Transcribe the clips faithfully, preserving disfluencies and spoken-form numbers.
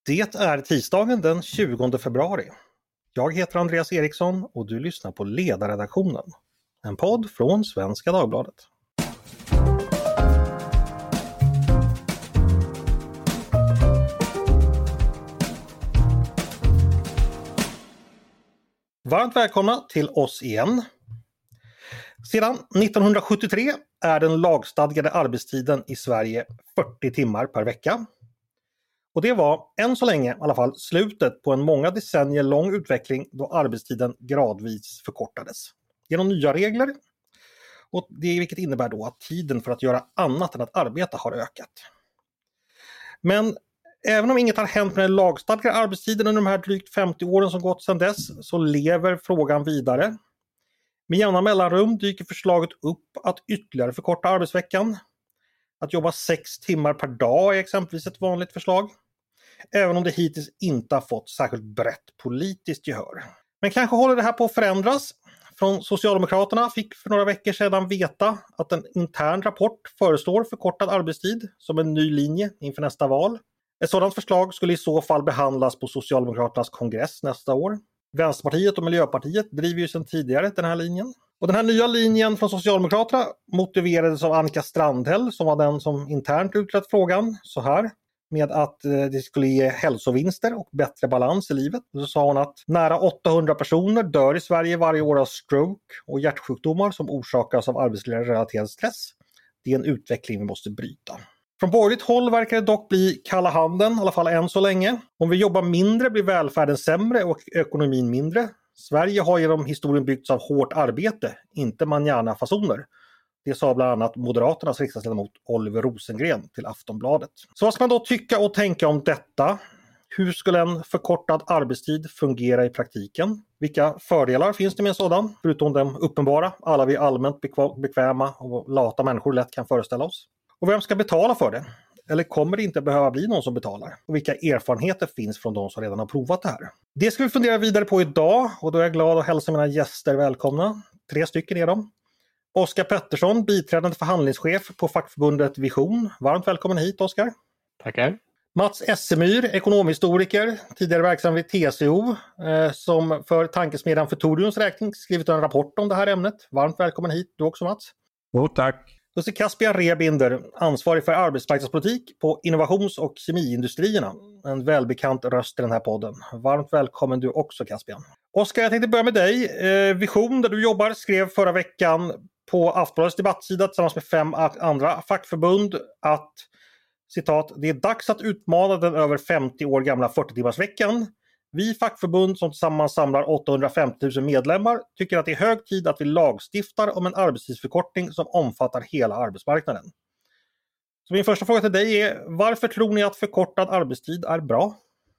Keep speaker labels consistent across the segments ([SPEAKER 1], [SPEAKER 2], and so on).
[SPEAKER 1] Det är tisdagen den tjugonde februari. Jag heter Andreas Eriksson och du lyssnar på Ledarredaktionen. En podd från Svenska Dagbladet. Varmt välkomna till oss igen. Sedan nittonhundrasjuttiotre är den lagstadgade arbetstiden i Sverige fyrtio timmar per vecka. Och det var, än så länge i alla fall, slutet på en många decennier lång utveckling då arbetstiden gradvis förkortades. Genom nya regler, och det vilket innebär då att tiden för att göra annat än att arbeta har ökat. Men även om inget har hänt med den lagstadgade arbetstiden under de här drygt femtio åren som gått sedan dess, så lever frågan vidare. Med jämna mellanrum dyker förslaget upp att ytterligare förkorta arbetsveckan. Att jobba sex timmar per dag är exempelvis ett vanligt förslag. Även om det hittills inte har fått särskilt brett politiskt gehör. Men kanske håller det här på att förändras. Från Socialdemokraterna fick för några veckor sedan veta att en intern rapport föreslår förkortad arbetstid som en ny linje inför nästa val. Ett sådant förslag skulle i så fall behandlas på Socialdemokraternas kongress nästa år. Vänsterpartiet och Miljöpartiet driver ju sedan tidigare den här linjen. Och den här nya linjen från Socialdemokraterna motiverades av Annika Strandhäll som var den som internt utrett frågan så här. Med att det skulle ge hälsovinster och bättre balans i livet. Och så sa hon att nära åttahundra personer dör i Sverige varje år av stroke och hjärtsjukdomar som orsakas av arbetsrelaterad stress. Det är en utveckling vi måste bryta. Från borgerligt håll verkar det dock bli kalla handen, i alla fall än så länge. Om vi jobbar mindre blir välfärden sämre och ekonomin mindre. Sverige har genom historien byggts av hårt arbete, inte manjana-fasoner. Det sa bland annat Moderaternas riksdagsledamot Oliver Rosengren till Aftonbladet. Så vad ska man då tycka och tänka om detta? Hur skulle en förkortad arbetstid fungera i praktiken? Vilka fördelar finns det med en sådan? Förutom de uppenbara, alla vi allmänt bekväma och lata människor lätt kan föreställa oss. Och vem ska betala för det? Eller kommer det inte behöva bli någon som betalar? Och vilka erfarenheter finns från de som redan har provat det här? Det ska vi fundera vidare på idag och då är jag glad att hälsa mina gäster välkomna. Tre stycken är de. Oskar Pettersson, biträdande förhandlingschef på fackförbundet Vision. Varmt välkommen hit, Oskar.
[SPEAKER 2] Tackar.
[SPEAKER 1] Mats Essemyr, ekonomhistoriker, tidigare verksam vid T C O, eh, som för tankesmedjan Futuriums räkning skrivit en rapport om det här ämnet. Varmt välkommen hit, du också Mats.
[SPEAKER 3] Jo, tack.
[SPEAKER 1] Och så Caspian Rebinder, ansvarig för arbetsmarknadspolitik på innovations- och kemiindustrierna. En välbekant röst i den här podden. Varmt välkommen du också, Caspian. Oskar, jag tänkte börja med dig. Eh, Vision, där du jobbar, skrev förra veckan på Aftonbladets debattsida tillsammans med fem andra fackförbund att citat, det är dags att utmana den över femtio år gamla fyrtio-timmarsveckan. Vi fackförbund som tillsammans samlar åttahundrafemtio tusen medlemmar tycker att det är hög tid att vi lagstiftar om en arbetstidsförkortning som omfattar hela arbetsmarknaden. Så min första fråga till dig är, varför tror ni att förkortad arbetstid är bra?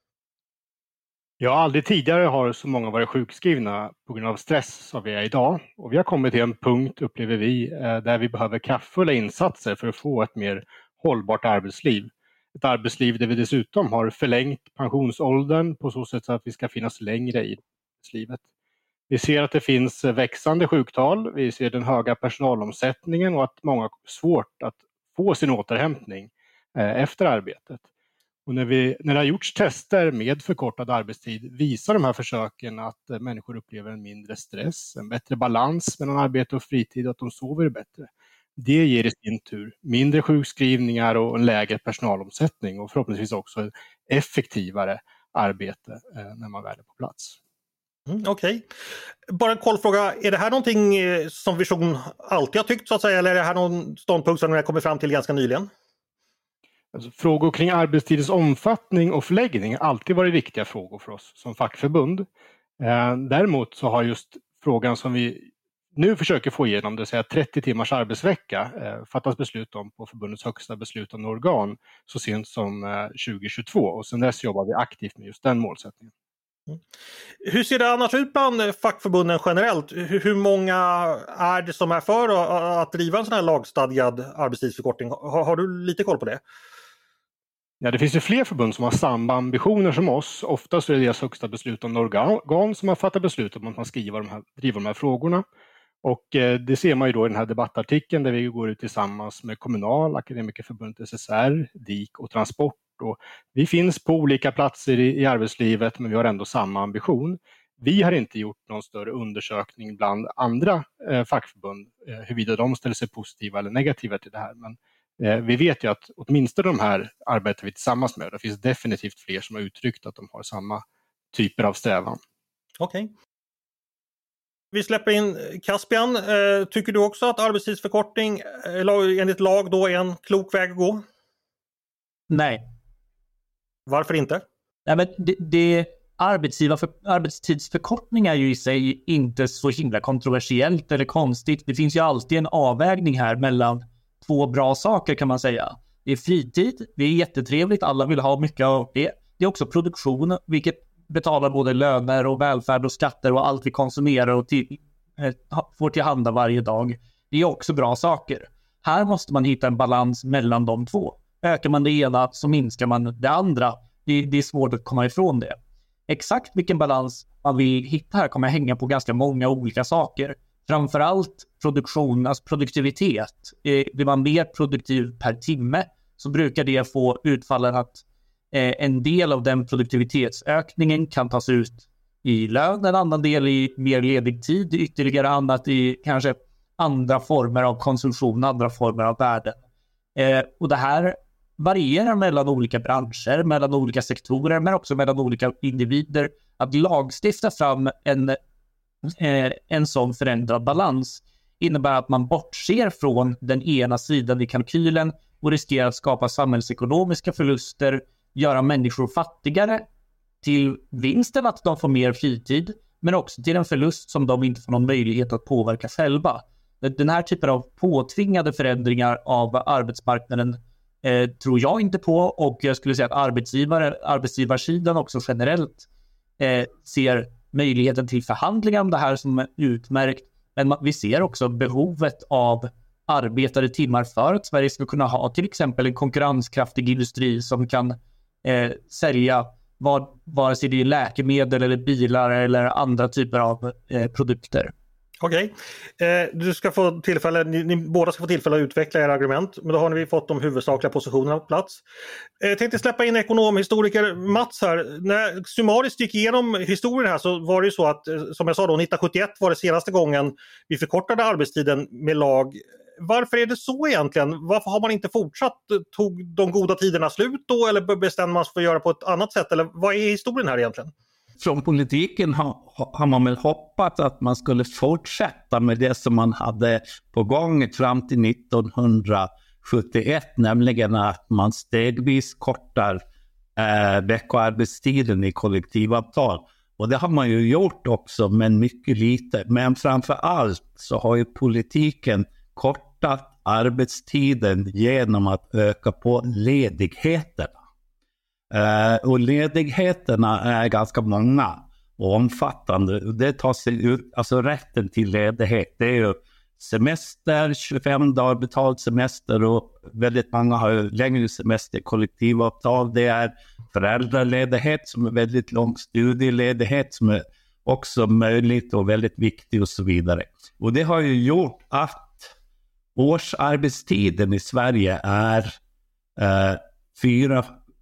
[SPEAKER 2] Ja, aldrig tidigare har så många varit sjukskrivna på grund av stress som vi är idag. Och vi har kommit till en punkt, upplever vi, där vi behöver kraftfulla insatser för att få ett mer hållbart arbetsliv. Ett arbetsliv där vi dessutom har förlängt pensionsåldern på så sätt att vi ska finnas längre i arbetslivet. Vi ser att det finns växande sjuktal, vi ser den höga personalomsättningen och att många har svårt att få sin återhämtning efter arbetet. Och när, vi, när det har gjorts tester med förkortad arbetstid visar de här försöken att människor upplever en mindre stress, en bättre balans mellan arbete och fritid och att de sover bättre. Det ger i sin tur mindre sjukskrivningar och en lägre personalomsättning och förhoppningsvis också ett effektivare arbete eh, när man väl är på plats.
[SPEAKER 1] Mm, Okej. Okay. Bara en kollfråga, är det här någonting som Vision alltid har tyckt så att säga, eller är det här någon ståndpunkt som ni har kommit fram till ganska nyligen?
[SPEAKER 2] Alltså, frågor kring arbetstidens omfattning och förläggning har alltid varit viktiga frågor för oss som fackförbund. Eh, däremot så har just frågan som vi nu försöker få igenom, det vill säga trettio timmars arbetsvecka, eh, fattas beslut om på förbundets högsta beslutande organ så sent som eh, tjugohundratjugotvå och sedan dess jobbar vi aktivt med just den målsättningen.
[SPEAKER 1] Mm. Hur ser det annars ut bland fackförbunden generellt? Hur, hur många är det som är för att, att driva en sån här lagstadgad arbetstidsförkortning? Har, har du lite koll på det?
[SPEAKER 2] Ja, det finns ju fler förbund som har samma ambitioner som oss. Oftast är det deras högsta beslutande organ som har fattat beslut om att man ska driva de här, driva de här frågorna. Och eh, det ser man ju då i den här debattartikeln där vi går ut tillsammans med Kommunal, Akademikerförbundet S S R, D I K och Transport bort. Och vi finns på olika platser i, i arbetslivet, men vi har ändå samma ambition. Vi har inte gjort någon större undersökning bland andra eh, fackförbund eh, huruvida de ställer sig positiva eller negativa till det här. Men eh, vi vet ju att åtminstone de här arbetar vi tillsammans med. Det finns definitivt fler som har uttryckt att de har samma typer av strävan.
[SPEAKER 1] Okej. Okay. Vi släpper in Caspian. Eh, tycker du också att arbetstidsförkortning eh, enligt lag då är en klok väg att gå?
[SPEAKER 3] Nej.
[SPEAKER 1] Varför inte?
[SPEAKER 3] Nej, men det, det arbetsgivar arbetstidsförkortning är ju i sig inte så himla kontroversiellt eller konstigt. Det finns ju alltid en avvägning här mellan två bra saker kan man säga. Det är fritid, det är jättetrevligt, alla vill ha mycket av det. Det är också produktion, vilket betalar både löner och välfärd och skatter och allt vi konsumerar och till, eh, får tillhanda varje dag. Det är också bra saker. Här måste man hitta en balans mellan de två. Ökar man det ena så minskar man det andra. Det, det är svårt att komma ifrån det. Exakt vilken balans man vill hitta här kommer hänga på ganska många olika saker. Framförallt produktion, alltså produktivitet. Eh, blir man mer produktiv per timme så brukar det få utfallen att eh, en del av den produktivitetsökningen kan tas ut i lön, en annan del i mer ledig tid, ytterligare annat i kanske andra former av konsumtion, andra former av värden. Eh, och det här varierar mellan olika branscher, mellan olika sektorer, men också mellan olika individer. Att lagstifta fram en, eh, en sån förändrad balans innebär att man bortser från den ena sidan i kalkylen och riskerar att skapa samhällsekonomiska förluster, göra människor fattigare till vinsten att de får mer fritid, men också till en förlust som de inte får någon möjlighet att påverka själva. Den här typen av påtvingade förändringar av arbetsmarknaden eh, tror jag inte på, och jag skulle säga att arbetsgivare, arbetsgivarsidan också generellt eh, ser möjligheten till förhandlingar om det här som är utmärkt, men vi ser också behovet av arbetade timmar för att Sverige ska kunna ha till exempel en konkurrenskraftig industri som kan eh, sälja vad, vare sig det är läkemedel eller bilar eller andra typer av eh, produkter.
[SPEAKER 1] Okej, okay. eh, du ska få tillfälle, ni, ni båda ska få tillfälle att utveckla era argument, men då har ni fått de huvudsakliga positionerna på plats. Eh, jag tänkte släppa in ekonomhistoriker Mats här. När summariskt gick igenom historien här så var det ju så att, som jag sa då, nittonhundrasjuttioett var det senaste gången vi förkortade arbetstiden med lag. Varför är det så egentligen? Varför har man inte fortsatt? Tog de goda tiderna slut då, eller bestämde man sig för att göra på ett annat sätt? Eller vad är historien här egentligen?
[SPEAKER 4] Från politiken har, har man väl hoppats att man skulle fortsätta med det som man hade på gång fram till nittonhundrasjuttioett, nämligen att man stegvis kortar eh, veckoarbetstiden i kollektivavtal. Och det har man ju gjort också, men mycket lite. Men framför allt så har ju politiken kortat arbetstiden genom att öka på ledigheterna. Uh, och ledigheterna är ganska många och omfattande. Det tar sig ut, alltså rätten till ledighet, det är ju semester, tjugofem dagar betald semester, och väldigt många har ju längre semester, kollektivavtal. Det är föräldraledighet som är väldigt lång, studieledighet som är också möjligt och väldigt viktig och så vidare. Och det har ju gjort att årsarbetstiden i Sverige är uh, fyra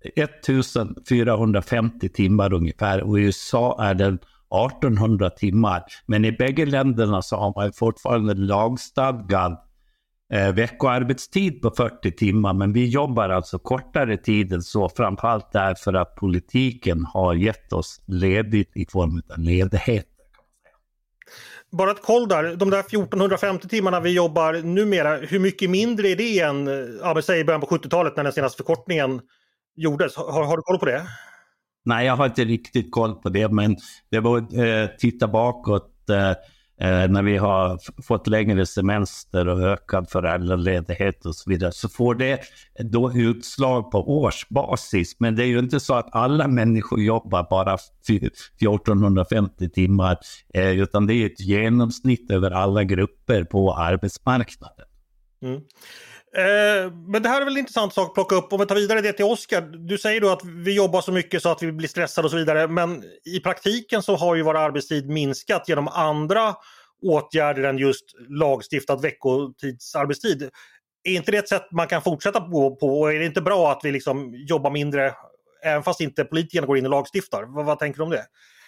[SPEAKER 4] ettusensfyrahundrafemtio timmar ungefär, och i U S A är den artonhundra timmar. Men i bägge länderna så har man fortfarande lagstadgad eh, veckoarbetstid på fyrtio timmar, men vi jobbar alltså kortare tiden, så framförallt därför att politiken har gett oss ledigt i form av ledighet.
[SPEAKER 1] Bara ett koll där, de där fjortonhundrafemtio timmarna vi jobbar numera, hur mycket mindre är det än, ja, säg i början på sjuttiotalet när den senaste förkortningen gjordes? Har, har du koll på det?
[SPEAKER 4] Nej, jag har inte riktigt koll på det, men det var eh, titta bakåt eh, när vi har f- fått längre semester och ökad föräldraledighet och så vidare, så får det då utslag på årsbasis. Men det är ju inte så att alla människor jobbar bara fjortonhundrafemtio timmar, eh, utan det är ett genomsnitt över alla grupper på arbetsmarknaden.
[SPEAKER 1] Mm. Eh, men det här är väl en intressant sak att plocka upp. Om vi tar vidare det till Oskar. Du säger då att vi jobbar så mycket så att vi blir stressade och så vidare. Men i praktiken så har ju vår arbetstid minskat genom andra åtgärder än just lagstiftad veckotidsarbetstid. är inte det ett sätt man kan fortsätta på, på och är det inte bra att vi liksom jobbar mindre även fast inte politikerna går in och lagstiftar? Vad, vad tänker du om det?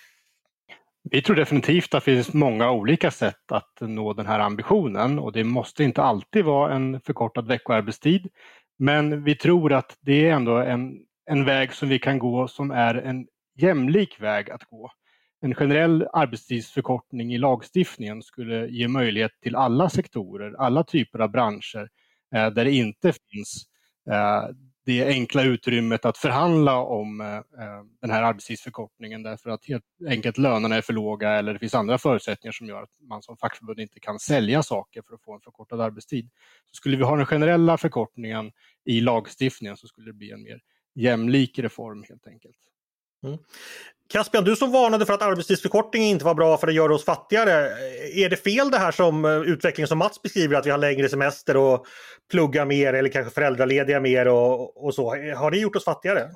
[SPEAKER 2] Vi tror definitivt att det finns många olika sätt att nå den här ambitionen och det måste inte alltid vara en förkortad veckoarbetstid. Men vi tror att det är ändå en, en väg som vi kan gå som är en jämlik väg att gå. En generell arbetstidsförkortning i lagstiftningen skulle ge möjlighet till alla sektorer, alla typer av branscher eh, där det inte finns eh, det enkla utrymmet att förhandla om eh, den här arbetstidsförkortningen därför att helt enkelt lönerna är för låga eller det finns andra förutsättningar som gör att man som fackförbund inte kan sälja saker för att få en förkortad arbetstid. Så skulle vi ha den generella förkortningen i lagstiftningen så skulle det bli en mer jämlik reform helt enkelt.
[SPEAKER 1] Mm. Caspian, du som varnade för att arbetstidsförkortning inte var bra för att göra oss fattigare. Är det fel det här som utvecklingen som Mats beskriver, att vi har längre semester och pluggar mer eller kanske föräldralediga mer och, och så? Har det gjort oss fattigare?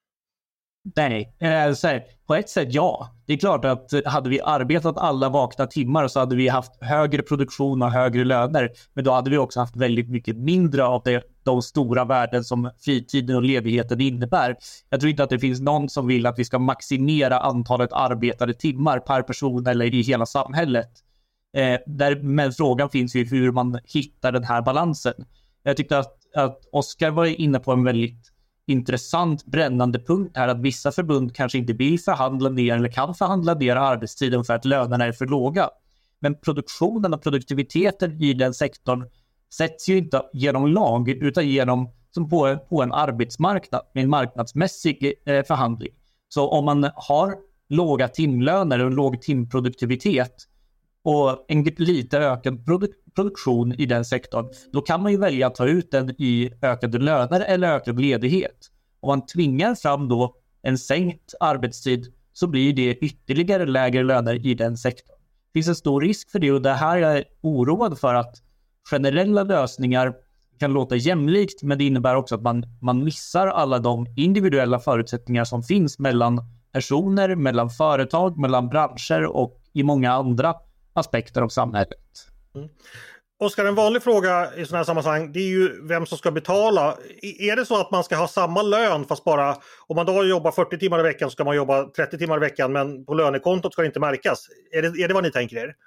[SPEAKER 3] Nej, alltså, på ett sätt ja. Det är klart att hade vi arbetat alla vakna timmar så hade vi haft högre produktion och högre löner. Men då hade vi också haft väldigt mycket mindre av det, de stora värden som fritiden och ledigheten innebär. Jag tror inte att det finns någon som vill att vi ska maximera antalet arbetade timmar per person eller i hela samhället. Eh, där, men frågan finns ju hur man hittar den här balansen. Jag tyckte att, att Oskar var inne på en väldigt intressant brännande punkt här, att vissa förbund kanske inte vill förhandla ner eller kan förhandla ner arbetstiden för att lönerna är för låga. Men produktionen och produktiviteten i den sektorn sätts ju inte genom lag utan genom som på, på en arbetsmarknad med en marknadsmässig eh, förhandling. Så om man har låga timlöner och låg timproduktivitet och en lite ökad produ- produktion i den sektorn, då kan man ju välja att ta ut den i ökade löner eller ökad ledighet. Om man tvingar fram då en sänkt arbetstid så blir det ytterligare lägre löner i den sektorn. Det finns en stor risk för det och det här är jag oroad för, att generella lösningar kan låta jämlikt men det innebär också att man, man missar alla de individuella förutsättningar som finns mellan personer, mellan företag, mellan branscher och i många andra aspekter av samhället.
[SPEAKER 1] Mm. Oskar, en vanlig fråga i sådana här sammanhang, det är ju vem som ska betala. Är det så att man ska ha samma lön fast bara, om man då jobbar fyrtio timmar i veckan så ska man jobba trettio timmar i veckan men på lönekontot ska det inte märkas? Är det, är det vad ni tänker er?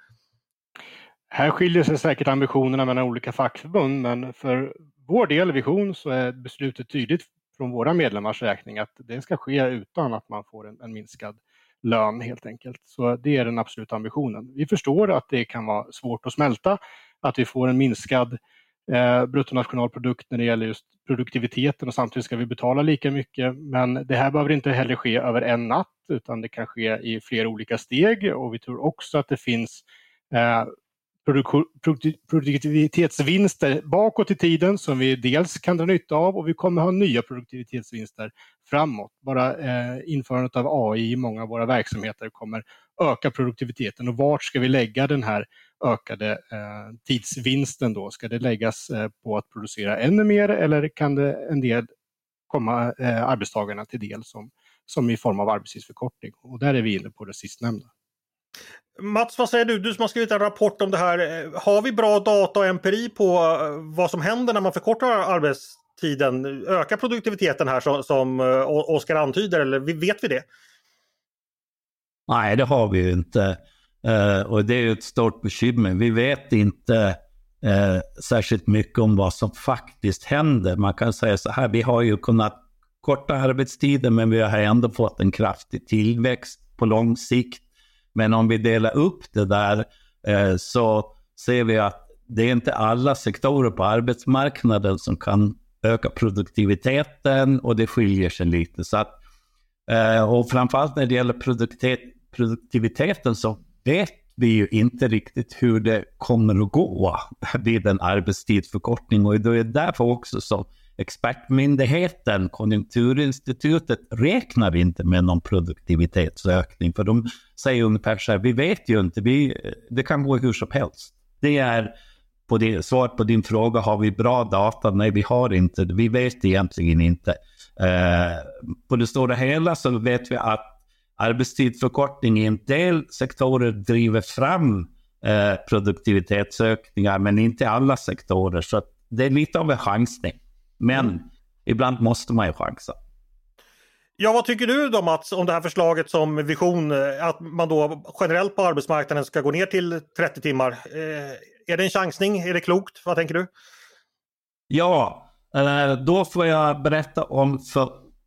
[SPEAKER 2] Här skiljer sig säkert ambitionerna mellan olika fackförbund men för vår del vision så är beslutet tydligt från våra medlemmars räkning att det ska ske utan att man får en, en minskad lön helt enkelt. Så det är den absoluta ambitionen. Vi förstår att det kan vara svårt att smälta, att vi får en minskad eh, bruttonationalprodukt när det gäller just produktiviteten och samtidigt ska vi betala lika mycket. Men det här behöver inte heller ske över en natt utan det kan ske i flera olika steg och vi tror också att det finns eh, produktivitetsvinster bakåt i tiden som vi dels kan dra nytta av och vi kommer ha nya produktivitetsvinster framåt. Bara eh, införandet av A I i många av våra verksamheter kommer öka produktiviteten och vart ska vi lägga den här ökade eh, tidsvinsten då? Ska det läggas eh, på att producera ännu mer eller kan det en del komma eh, arbetstagarna till del som, som i form av arbetstidsförkortning? Och där är vi inne på det sistnämnda.
[SPEAKER 1] Mats, vad säger du? Du som har skrivit en rapport om det här. Har vi bra data och empiri på vad som händer när man förkortar arbetstiden? Ökar produktiviteten här som, som Oskar antyder eller vet vi det?
[SPEAKER 4] Nej, det har vi ju inte. Uh, och det är ju ett stort bekymmer. Vi vet inte uh, särskilt mycket om vad som faktiskt händer. Man kan säga så här, vi har ju kunnat korta arbetstiden men vi har ändå fått en kraftig tillväxt på lång sikt. Men om vi delar upp det där eh, så ser vi att det är inte alla sektorer på arbetsmarknaden som kan öka produktiviteten och det skiljer sig lite. Så att, eh, och framförallt när det gäller produktivitet, produktiviteten så vet vi ju inte riktigt hur det kommer att gå vid en arbetstidsförkortning och då är det därför också som expertmyndigheten, Konjunkturinstitutet räknar inte med någon produktivitetsökning för de säger ungefär så här, vi vet ju inte, vi, det kan gå hur som helst. Det är på det, svar på din fråga, har vi bra data? Nej, vi har inte, vi vet egentligen inte. Eh, på det stora hela så vet vi att arbetstidsförkortning i en del sektorer driver fram eh, produktivitetsökningar men inte alla sektorer så att det är lite av en chansning. Men mm. ibland måste man ju chansa.
[SPEAKER 1] Ja, vad tycker du då Mats om det här förslaget som vision att man då generellt på arbetsmarknaden ska gå ner till trettio timmar? Eh, är det en chansning? Är det klokt? Vad tänker du?
[SPEAKER 4] Ja, då får jag berätta om för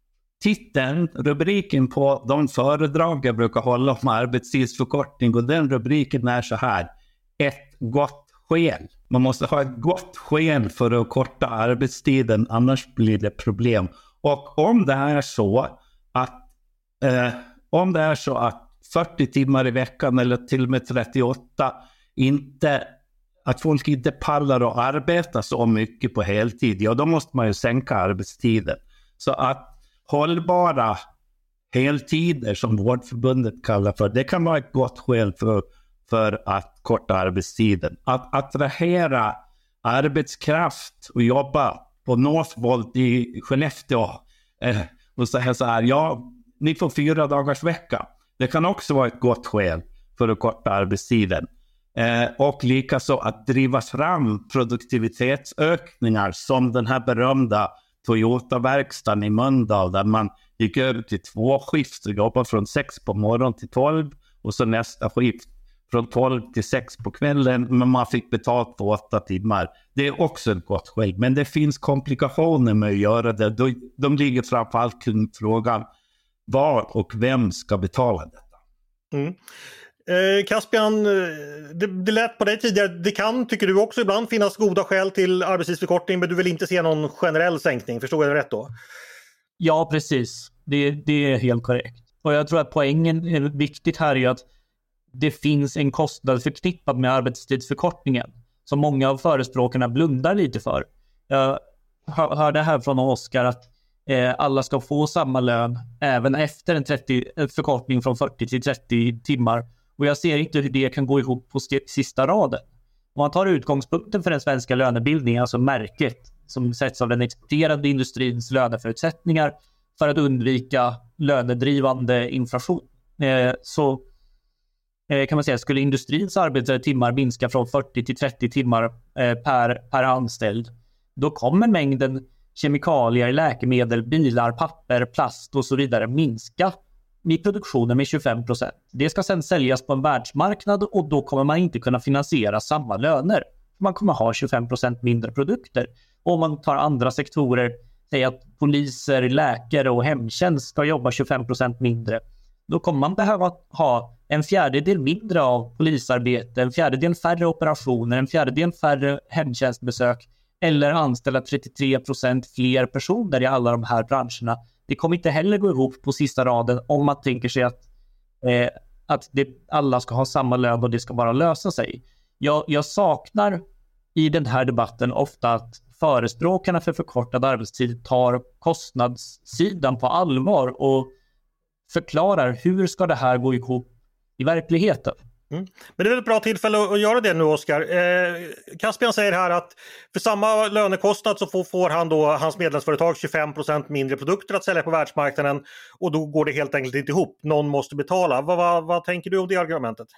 [SPEAKER 4] titeln, rubriken på de föredrag jag brukar hålla om arbetstidsförkortning, och den rubriken är så här: ett gott skäl. Man måste ha ett gott skäl för att korta arbetstiden, annars blir det problem. Och om det är så att eh, om det är så att fyrtio timmar i veckan eller till och med trettioåtta inte, att folk inte pallar att arbeta så mycket på heltid, ja då måste man ju sänka arbetstiden. Så att hållbara heltider, som Vårdförbundet kallar för, det kan vara ett gott skäl för, för att korta arbetstiden. Att attrahera arbetskraft och jobba på Northvolt i Skellefteå eh, och säga så här: ja, ni får fyra dagars vecka. Det kan också vara ett gott skäl för att korta arbetstiden. Eh, och likaså att driva fram produktivitetsökningar som den här berömda Toyota-verkstan i Mölndal, där man gick över till två skift och jobbade från sex på morgonen till tolv och så nästa skift från tolv till sex på kvällen, men man fick betalt på åtta timmar. Det är också ett gott skäl, men det finns komplikationer med att göra det. De, de ligger framförallt kring frågan var och vem ska betala detta.
[SPEAKER 1] Mm. Eh, Caspian, det, det lät på dig tidigare. Det kan, tycker du också, ibland finnas goda skäl till arbetstidsförkortning, men du vill inte se någon generell sänkning. Förstår jag det rätt då?
[SPEAKER 3] Ja, precis. Det, det är helt korrekt. Och jag tror att poängen är viktigt här är att det finns en kostnad förknippad med arbetstidsförkortningen som många av förespråkarna blundar lite för. Jag hörde här från Oskar att eh, alla ska få samma lön även efter en trettio, förkortning från fyrtio till trettio timmar. Och jag ser inte hur det kan gå ihop på sista raden. Om man tar utgångspunkten för den svenska lönebildningen, alltså märket som sätts av den exporterande industrins löneförutsättningar för att undvika lönedrivande inflation, eh, så eh, kan man säga, skulle industrins arbetstimmar minska från fyrtio till trettio timmar eh, per, per anställd, då kommer mängden kemikalier, läkemedel, bilar, papper, plast och så vidare minska i produktionen med tjugofem procent. Det ska sedan säljas på en världsmarknad och då kommer man inte kunna finansiera samma löner. Man kommer ha tjugofem procent mindre produkter. Och om man tar andra sektorer, säger att poliser, läkare och hemtjänst ska jobba tjugofem procent mindre, då kommer man behöva ha en fjärdedel mindre av polisarbete, en fjärdedel färre operationer, en fjärdedel färre hemtjänstbesök eller anställa trettiotre procent fler personer i alla de här branscherna. Det kommer inte heller gå ihop på sista raden om man tänker sig att, eh, att det, alla ska ha samma lön och det ska bara lösa sig. Jag, jag saknar i den här debatten ofta att förespråkarna för förkortad arbetstid tar kostnadssidan på allvar och förklarar hur ska det här gå ihop i verkligheten.
[SPEAKER 1] Mm. Men det är väl ett bra tillfälle att göra det nu, Oskar. Eh, Caspian säger här att för samma lönekostnad så får, får han då hans medlemsföretag tjugofem procent mindre produkter att sälja på världsmarknaden och då går det helt enkelt inte ihop. Någon måste betala. Vad, vad, vad tänker du om det argumentet?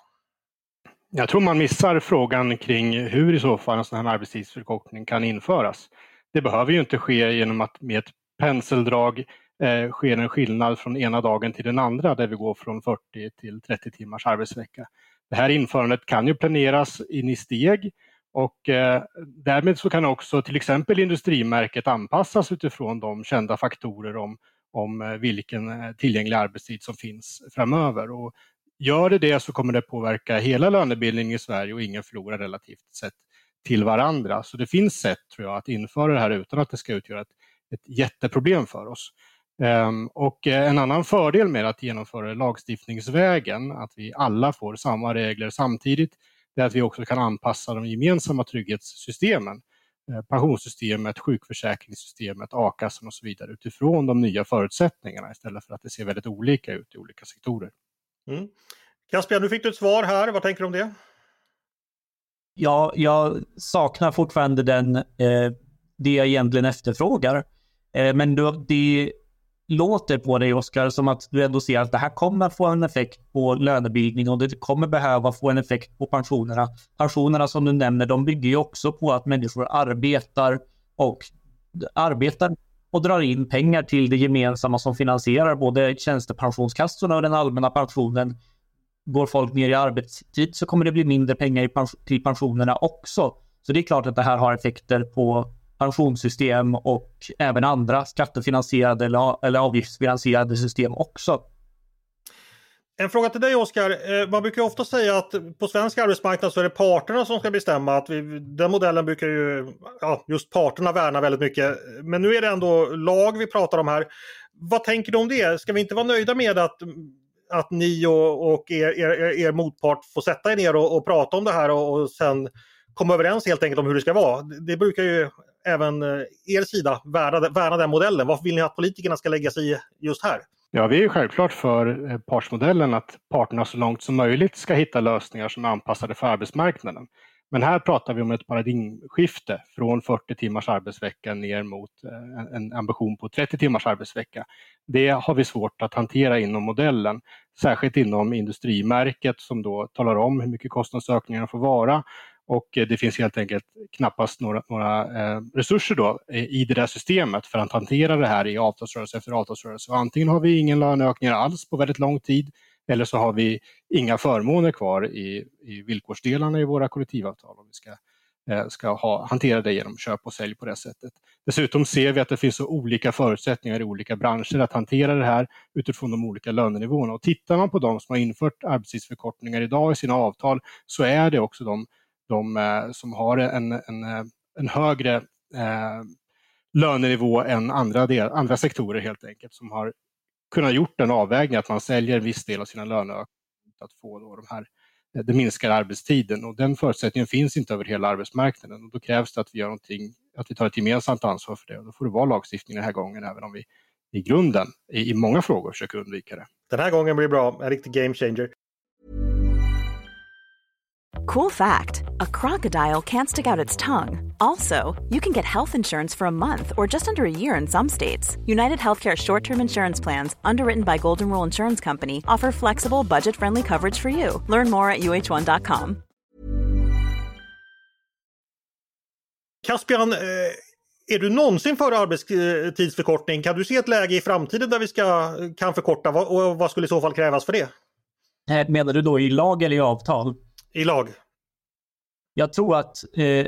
[SPEAKER 2] Jag tror man missar frågan kring hur i så fall en sån här arbetstidsförkortning kan införas. Det behöver ju inte ske genom att med ett penseldrag eh, sker en skillnad från ena dagen till den andra där vi går från fyrtio till trettio timmars arbetsvecka. Det här införandet kan ju planeras in i steg och eh, därmed så kan också till exempel industrimärket anpassas utifrån de kända faktorer om, om eh, vilken tillgänglig arbetstid som finns framöver. Och gör det det så kommer det påverka hela lönebildningen i Sverige och ingen förlorar relativt sett till varandra. Så det finns sätt, tror jag, att införa det här utan att det ska utgöra ett, ett jätteproblem för oss. Um, och en annan fördel med att genomföra lagstiftningsvägen, att vi alla får samma regler samtidigt, det är att vi också kan anpassa de gemensamma trygghetssystemen, eh, pensionssystemet, sjukförsäkringssystemet, a-kassan och så vidare utifrån de nya förutsättningarna istället för att det ser väldigt olika ut i olika sektorer.
[SPEAKER 1] Mm. Caspian, du fick du ett svar här. Vad tänker du om det?
[SPEAKER 3] Ja, jag saknar fortfarande den, eh, det jag egentligen efterfrågar. Eh, men då, det låter på dig, Oskar, som att du ändå ser att det här kommer få en effekt på lönebildning och det kommer behöva få en effekt på pensionerna. Pensionerna som du nämner, de bygger ju också på att människor arbetar och arbetar och drar in pengar till det gemensamma som finansierar både tjänstepensionskassorna och den allmänna pensionen. Går folk ner i arbetstid så kommer det bli mindre pengar i pens- till pensionerna också. Så det är klart att det här har effekter på pensionssystem och även andra skattefinansierade eller, eller avgiftsfinansierade system också.
[SPEAKER 1] En fråga till dig, Oskar. Man brukar ofta säga att på svensk arbetsmarknad så är det parterna som ska bestämma. Att vi, den modellen brukar ju ja, just parterna värna väldigt mycket. Men nu är det ändå lag vi pratar om här. Vad tänker du om det? Ska vi inte vara nöjda med att, att ni och, och er, er, er motpart får sätta er ner och, och prata om det här och, och sen komma överens helt enkelt om hur det ska vara? Det brukar ju även er sida värna, värna den modellen. Varför vill ni att politikerna ska lägga sig i just här?
[SPEAKER 2] Ja, vi är självklart för partsmodellen att parterna så långt som möjligt ska hitta lösningar som är anpassade för arbetsmarknaden. Men här pratar vi om ett paradigmskifte från fyrtio timmars arbetsvecka ner mot en ambition på trettio timmars arbetsvecka. Det har vi svårt att hantera inom modellen, särskilt inom industrimärket som då talar om hur mycket kostnadsökningarna får vara. Och det finns helt enkelt knappast några, några eh, resurser då i det där systemet för att hantera det här i avtalsrörelse efter avtalsrörelse. Och antingen har vi ingen löneökningar alls på väldigt lång tid eller så har vi inga förmåner kvar i, i villkorsdelarna i våra kollektivavtal om vi ska, eh, ska ha, hantera det genom köp och sälj på det sättet. Dessutom ser vi att det finns så olika förutsättningar i olika branscher att hantera det här utifrån de olika lönenivåerna. Och tittar man på de som har infört arbetstidsförkortningar idag i sina avtal så är det också de De eh, som har en, en, en högre eh, lönenivå än andra, del, andra sektorer helt enkelt som har kunnat gjort den avvägningen att man säljer en viss del av sina löneökningar att få då de här, det minskar arbetstiden och den förutsättningen finns inte över hela arbetsmarknaden och då krävs det att vi gör någonting, att vi tar ett gemensamt ansvar för det och då får det vara lagstiftning den här gången även om vi i grunden i, i många frågor försöker undvika det.
[SPEAKER 1] Den här gången blir det bra, en riktig game changer.
[SPEAKER 5] Cool fact, a crocodile can't stick out its tongue. Also, you can get health insurance for a month or just under a year in some states. United Healthcare short-term insurance plans, underwritten by Golden Rule Insurance Company, offer flexible, budget-friendly coverage for you. Learn more at u h one dot com.
[SPEAKER 1] Caspian, är du någonsin för arbetstidsförkortning? Kan du se ett läge i framtiden där vi ska, kan förkorta och vad skulle i så fall krävas för det?
[SPEAKER 3] Menar du då i lag eller i avtal?
[SPEAKER 1] I lag.
[SPEAKER 3] Jag tror att eh,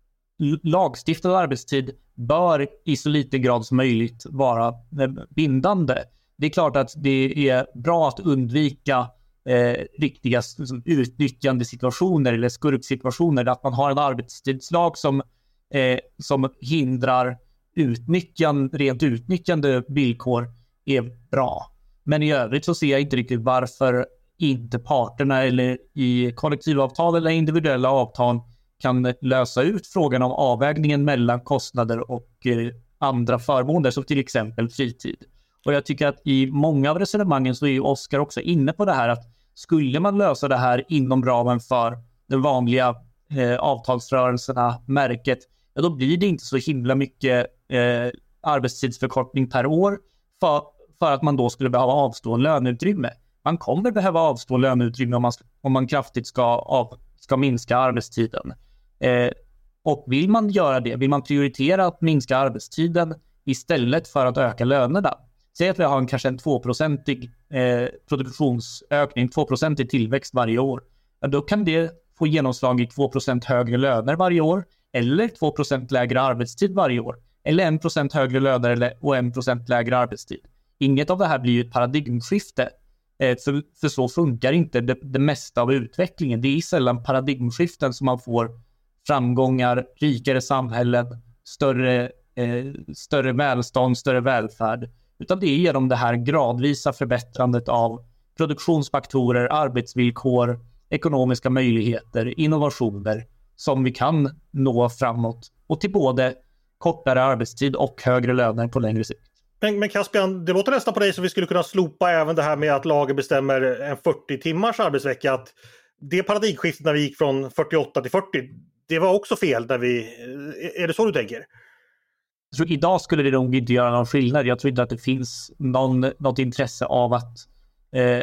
[SPEAKER 3] lagstiftad arbetstid bör i så liten grad som möjligt vara eh, bindande. Det är klart att det är bra att undvika eh, riktiga liksom, utnyttjande situationer eller skurksituationer. Att man har en arbetstidslag som, eh, som hindrar utnyttjande, rent utnyttjande villkor är bra. Men i övrigt så ser jag inte riktigt varför inte parterna eller i kollektivavtal eller individuella avtal kan lösa ut frågan om avvägningen mellan kostnader och eh, andra förmåner som till exempel fritid. Och jag tycker att i många av resonemangen så är ju Oskar också inne på det här att skulle man lösa det här inom ramen för den vanliga eh, avtalsrörelserna, märket, ja, då blir det inte så himla mycket eh, arbetstidsförkortning per år för, för att man då skulle behöva avstå löneutrymme. Man kommer behöva avstå löneutrymme om man, om man kraftigt ska, av, ska minska arbetstiden. Eh, och vill man göra det, vill man prioritera att minska arbetstiden istället för att öka lönerna. Säg att vi har en, kanske en tvåprocentig eh, produktionsökning, tvåprocentig tillväxt varje år. Ja, då kan det få genomslag i två procent högre löner varje år eller två procent lägre arbetstid varje år. Eller en procent högre löner eller, och en procent lägre arbetstid. Inget av det här blir ju ett paradigmskifte. För, för så funkar inte det, det mesta av utvecklingen. Det är sällan paradigmskiften som man får framgångar, rikare samhällen, större, eh, större välstånd, större välfärd. Utan det är genom det här gradvisa förbättrandet av produktionsfaktorer, arbetsvillkor, ekonomiska möjligheter, innovationer som vi kan nå framåt och till både kortare arbetstid och högre löner på längre sikt.
[SPEAKER 1] Men, men Caspian, det låter nästan på dig som vi skulle kunna slopa även det här med att lagen bestämmer en fyrtio timmars arbetsvecka. Att det paradigmskiftet när vi gick från fyrtioåtta till fyrtio, det var också fel. När vi, är det så du tänker?
[SPEAKER 3] jag tror idag skulle det nog inte göra någon skillnad. Jag tror inte att det finns någon, något intresse av att eh,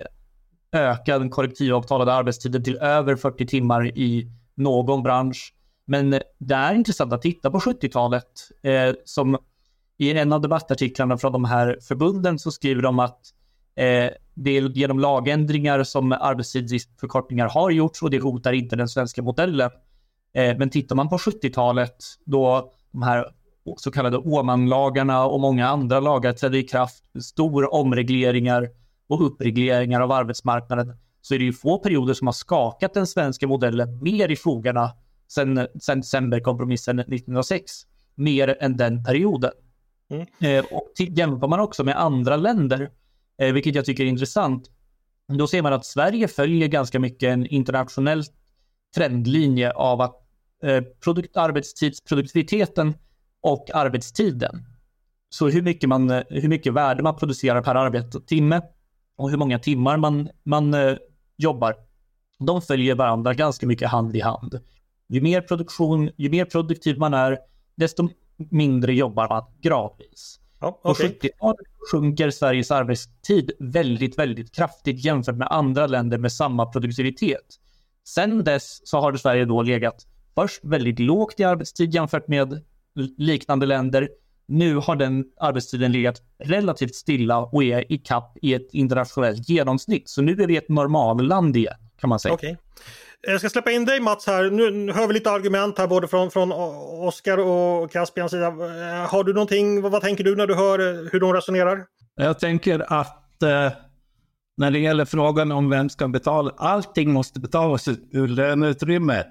[SPEAKER 3] öka den kollektivavtalade arbetstiden till över fyrtio timmar i någon bransch. Men det är intressant att titta på sjuttiotalet. Eh, som i en av debattartiklarna från de här förbunden så skriver de att eh, det är genom lagändringar som arbetstidsförkortningar har gjorts och det hotar inte den svenska modellen. Eh, men tittar man på sjuttiotalet då de här så kallade Åmanlagarna och många andra lagar trädde i kraft, stora omregleringar och uppregleringar av arbetsmarknaden, så är det ju få perioder som har skakat den svenska modellen mer i fogarna sen, sen decemberkompromissen nittonhundrasex, mer än den perioden. Mm. Eh, och till, jämför man också med andra länder, eh, vilket jag tycker är intressant, då ser man att Sverige följer ganska mycket en internationell trendlinje av att eh, produkt, arbetstidsproduktiviteten och arbetstiden, så hur mycket, man, hur mycket värde man producerar per arbetstimme och hur många timmar man, man eh, jobbar, de följer varandra ganska mycket hand i hand. Ju mer produktion, ju mer produktiv man är, desto mindre jobbar man gradvis. Oh, okay. På sjuttiotalet sjunker Sveriges arbetstid väldigt, väldigt kraftigt jämfört med andra länder med samma produktivitet. Sen dess så har Sverige då legat först väldigt lågt i arbetstid jämfört med liknande länder. Nu har den arbetstiden legat relativt stilla och är i kapp i ett internationellt genomsnitt. Så nu är det ett normalland igen, kan man säga.
[SPEAKER 1] Okej. Jag ska släppa in dig, Mats, här. Nu hör vi lite argument här både från, från Oskar och Caspians sida. Har du någonting, vad, vad tänker du när du hör hur de resonerar?
[SPEAKER 4] Jag tänker att eh, när det gäller frågan om vem ska betala, allting måste betalas ur löneutrymmet,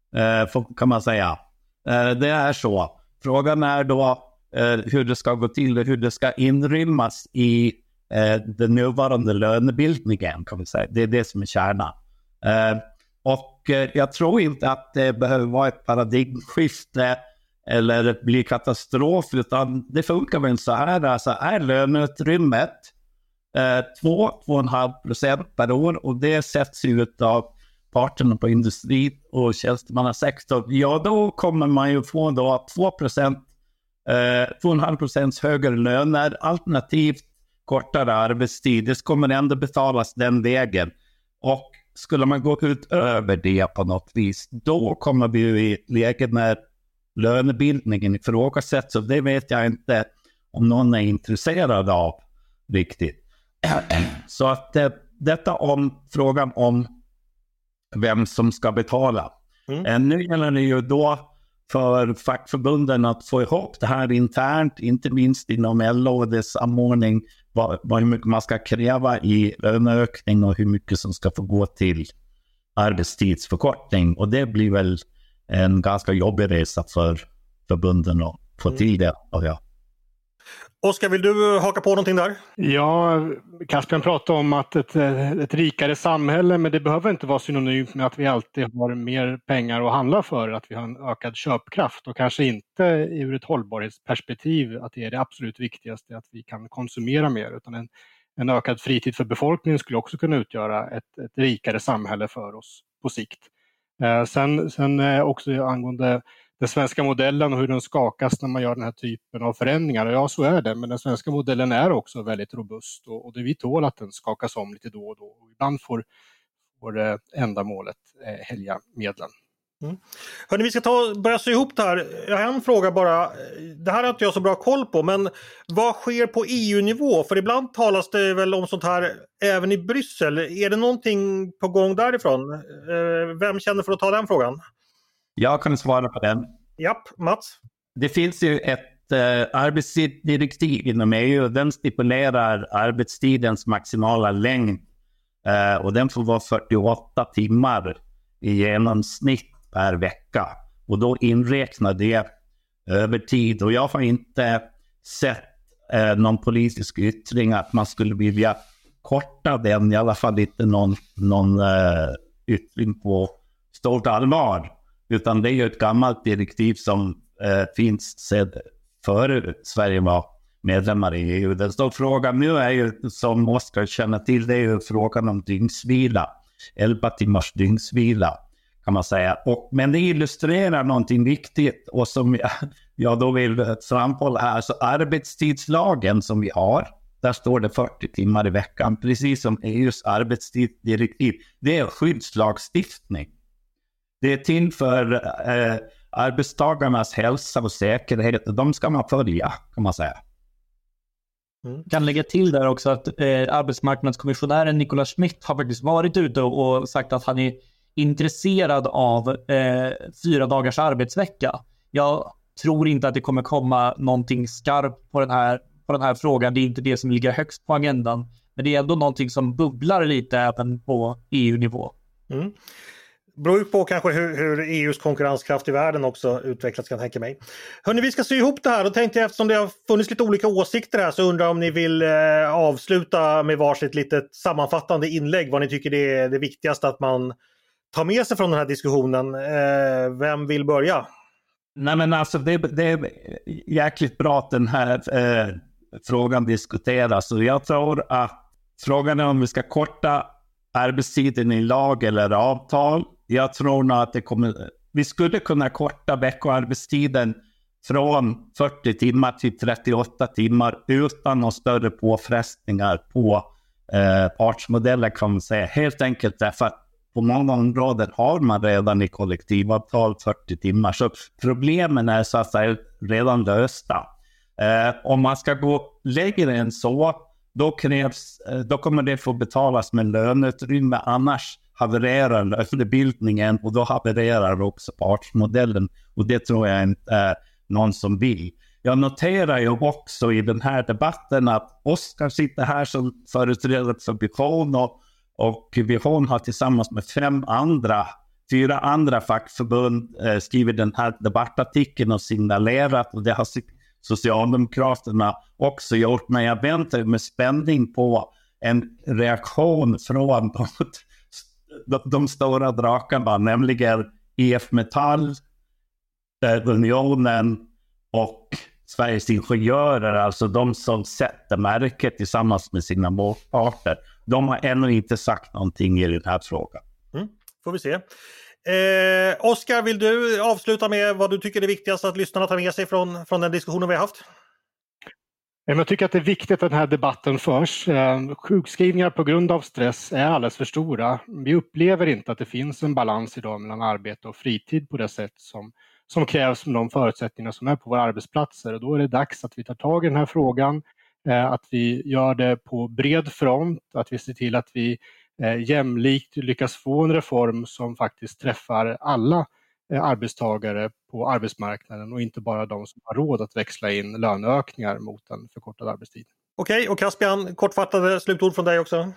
[SPEAKER 4] eh, kan man säga. Eh, det är så. Frågan är då eh, hur det ska gå till och hur det ska inrymmas i eh, den nuvarande lönebildningen, kan vi säga. Det är det som är kärnan. Eh, och eh, jag tror inte att det behöver vara ett paradigmskifte eller bli katastrof, utan det funkar väl så här. Alltså är löneutrymmet eh, två till två komma fem procent per år och det sätts ut av parterna på industri och tjänstemannasektorn, ja då kommer man ju få då två procent, eh, två komma fem procent högre löner, alternativt kortare arbetstid. Det kommer ändå betalas den vägen. Och skulle man gå ut över det på något vis, då kommer vi ju i läge när lönebildningen ifrågasätts, och det vet jag inte om någon är intresserad av riktigt. Så att eh, detta om frågan om vem som ska betala. Mm. Eh, nu gäller det ju då för fackförbunden att få ihop det här internt, inte minst inom L O och dess samordning, vad, vad, hur mycket man ska kräva i löneökning och hur mycket som ska få gå till arbetstidsförkortning. Och det blir väl en ganska jobbig resa för förbunden att få mm. till det. Och ja.
[SPEAKER 1] Oskar, vill du haka på någonting där?
[SPEAKER 2] Ja, Caspian pratade om att ett, ett rikare samhälle, men det behöver inte vara synonymt med att vi alltid har mer pengar att handla för, att vi har en ökad köpkraft, och kanske inte ur ett hållbarhetsperspektiv att det är det absolut viktigaste att vi kan konsumera mer, utan en, en ökad fritid för befolkningen skulle också kunna utgöra ett, ett rikare samhälle för oss på sikt. Eh, sen, sen eh, också angående den svenska modellen och hur den skakas när man gör den här typen av förändringar. Ja, så är det, men den svenska modellen är också väldigt robust, och, och det vi tål att den skakas om lite då och då. Och ibland får, får eh, ändamålet eh, helga medlen.
[SPEAKER 1] Mm. Hörrni, vi ska ta, börja se ihop det här. Jag har en fråga bara. Det här har inte jag så bra koll på, men vad sker på E U-nivå? För ibland talas det väl om sånt här även i Bryssel. Är det någonting på gång därifrån? Eh, vem känner för att ta den frågan?
[SPEAKER 4] Jag kan svara på den.
[SPEAKER 1] Japp, Mats.
[SPEAKER 4] Det finns ju ett eh, arbetstidsdirektiv inom E U. Den stipulerar arbetstidens maximala längd. Eh, och den får vara fyrtioåtta timmar i genomsnitt per vecka. Och då inräknar det övertid. Och jag har inte sett eh, någon politisk yttring att man skulle vilja korta den. I alla fall inte någon, någon eh, yttring på stort allvar. Utan det är ju ett gammalt direktiv som eh, finns sedan före Sverige var medlemmar i E U. Den stora frågan nu är ju, som Oskar känner till, det är ju frågan om dygnsvila. elva timmars dygnsvila. kan man säga. Och, men det illustrerar någonting viktigt och som jag, jag då vill framhålla här. Så arbetstidslagen som vi har, där står det fyrtio timmar i veckan, precis som E U:s arbetstidsdirektiv. Det är skyddslagstiftning. Det är till för eh, arbetstagarnas hälsa och säkerhet. De ska man följa, kan man säga.
[SPEAKER 3] Mm. Kan lägga till där också att eh, arbetsmarknadskommissionären Nicolas Schmidt har faktiskt varit ute och sagt att han är intresserad av eh, fyra dagars arbetsvecka. Jag tror inte att det kommer komma någonting skarpt på den här, på den här frågan. Det är inte det som ligger högst på agendan. Men det är ändå någonting som bubblar lite även på E U-nivå.
[SPEAKER 1] Mm. Beror på kanske hur, hur E U:s konkurrenskraft i världen också utvecklas, kan jag tänka mig. Hörrni, vi ska sy ihop det här. Då tänkte jag, eftersom det har funnits lite olika åsikter här, så undrar jag om ni vill eh, avsluta med varsitt litet sammanfattande inlägg. Vad ni tycker det är det viktigaste att man tar med sig från den här diskussionen. Eh, vem vill börja?
[SPEAKER 4] Nej, men alltså det, det är jäkligt bra att den här eh, frågan diskuteras. Och jag tror att frågan är om vi ska korta arbetstiden i lag eller avtal. Jag tror nog att det kommer, vi skulle kunna korta veckoarbetstiden från fyrtio timmar till trettioåtta timmar utan några större påfrestningar på eh, partsmodeller, kan man säga. Helt enkelt därför att på många områden har man redan i kollektivavtal fyrtio timmar. Så problemen är så att säga redan lösta. Eh, om man ska gå längre än så, då krävs, då kommer det få betalas med löneutrymme, annars havererar lönebildningen och då havererar också partsmodellen, och det tror jag inte är någon som vill. Jag noterar ju också i den här debatten att Oskar sitter här som företrädare för Vision, och, och Vision har tillsammans med fem andra, fyra andra fackförbund eh, skrivit den här debattartikeln och signalerat, och det har Socialdemokraterna också gjort, men jag väntar med spänning på en reaktion från de, de, de stora drakarna, nämligen I F Metall, Unionen och Sveriges Ingenjörer, alltså de som sätter märket tillsammans med sina motparter. De har ännu inte sagt någonting i den här frågan.
[SPEAKER 1] Mm, får vi se. Eh, Oskar, vill du avsluta med vad du tycker är viktigast att lyssnarna tar med sig från, från den diskussionen vi har haft?
[SPEAKER 2] Jag tycker att det är viktigt att den här debatten förs. Sjukskrivningar på grund av stress är alldeles för stora. Vi upplever inte att det finns en balans idag mellan arbete och fritid på det sätt som, som krävs med de förutsättningar som är på våra arbetsplatser. Och då är det dags att vi tar tag i den här frågan, att vi gör det på bred front, att vi ser till att vi eh, jämlikt lyckas få en reform som faktiskt träffar alla eh, arbetstagare på arbetsmarknaden och inte bara de som har råd att växla in löneökningar mot en förkortad arbetstid.
[SPEAKER 1] Okej, okay, och Caspian, kortfattade slutord från dig också.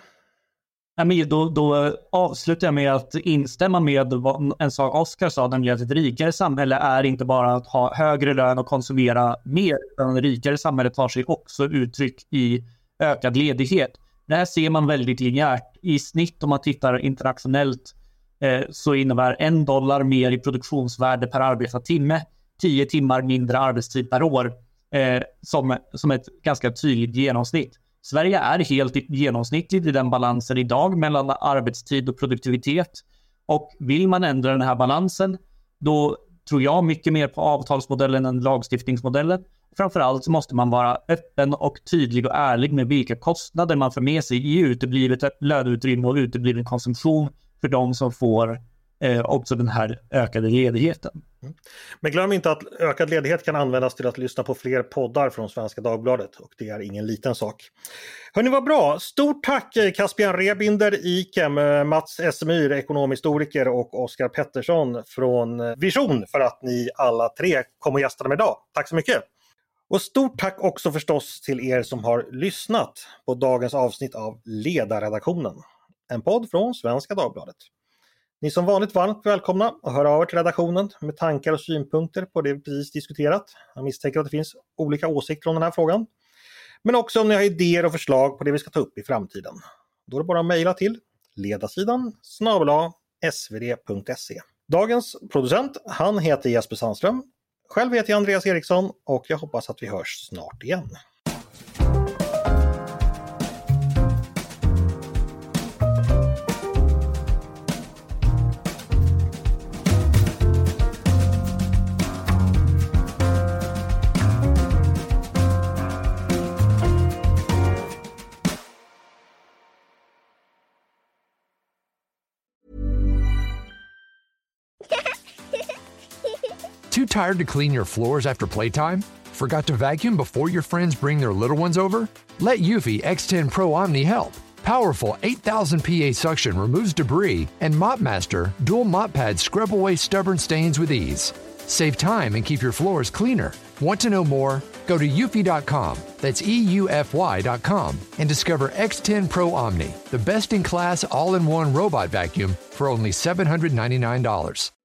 [SPEAKER 3] Då, då avslutar jag med att instämma med vad en sak Oskar sa, nämligen att ett rikare samhälle är inte bara att ha högre lön och konsumera mer, utan ett rikare samhälle tar sig också uttryck i ökad ledighet. Det här ser man väldigt linjärt. I snitt, om man tittar internationellt, eh, så innebär en dollar mer i produktionsvärde per arbetad timme, tio timmar mindre arbetstid per år, eh, som, som ett ganska tydligt genomsnitt. Sverige är helt genomsnittligt i den balansen idag mellan arbetstid och produktivitet. Och vill man ändra den här balansen, då tror jag mycket mer på avtalsmodellen än lagstiftningsmodellen. Framförallt så måste man vara öppen och tydlig och ärlig med vilka kostnader man får med sig i uteblivet löneutrymme och utebliven konsumtion för de som får eh, också den här ökade ledigheten.
[SPEAKER 1] Mm. Men glöm inte att ökad ledighet kan användas till att lyssna på fler poddar från Svenska Dagbladet, och det är ingen liten sak. Hörrni, vad bra! Stort tack Caspian Rebinder, Ikem, Mats Essemyr, ekonomhistoriker, och Oskar Pettersson från Vision för att ni alla tre kom och gästade med idag. Tack så mycket! Och stort tack också förstås till er som har lyssnat på dagens avsnitt av Ledarredaktionen, en podd från Svenska Dagbladet. Ni som vanligt varmt välkomna att höra över till redaktionen med tankar och synpunkter på det vi precis diskuterat. Jag misstänker att det finns olika åsikter om den här frågan. Men också om ni har idéer och förslag på det vi ska ta upp i framtiden. Då är det bara att mejla till ledarsidan snabel-a svd punkt se. Dagens producent, han heter Jesper Sandström. Själv heter jag Andreas Eriksson, och jag hoppas att vi hörs snart igen.
[SPEAKER 6] Too tired to clean your floors after playtime? Forgot to vacuum before your friends bring their little ones over? Let Eufy X ten Pro Omni help. Powerful eight thousand P A suction removes debris, and MopMaster dual mop pads scrub away stubborn stains with ease. Save time and keep your floors cleaner. Want to know more? Go to eufy dot com, that's E U F Y dot com, and discover X ten Pro Omni, the best-in-class all-in-one robot vacuum for only seven hundred ninety-nine dollars.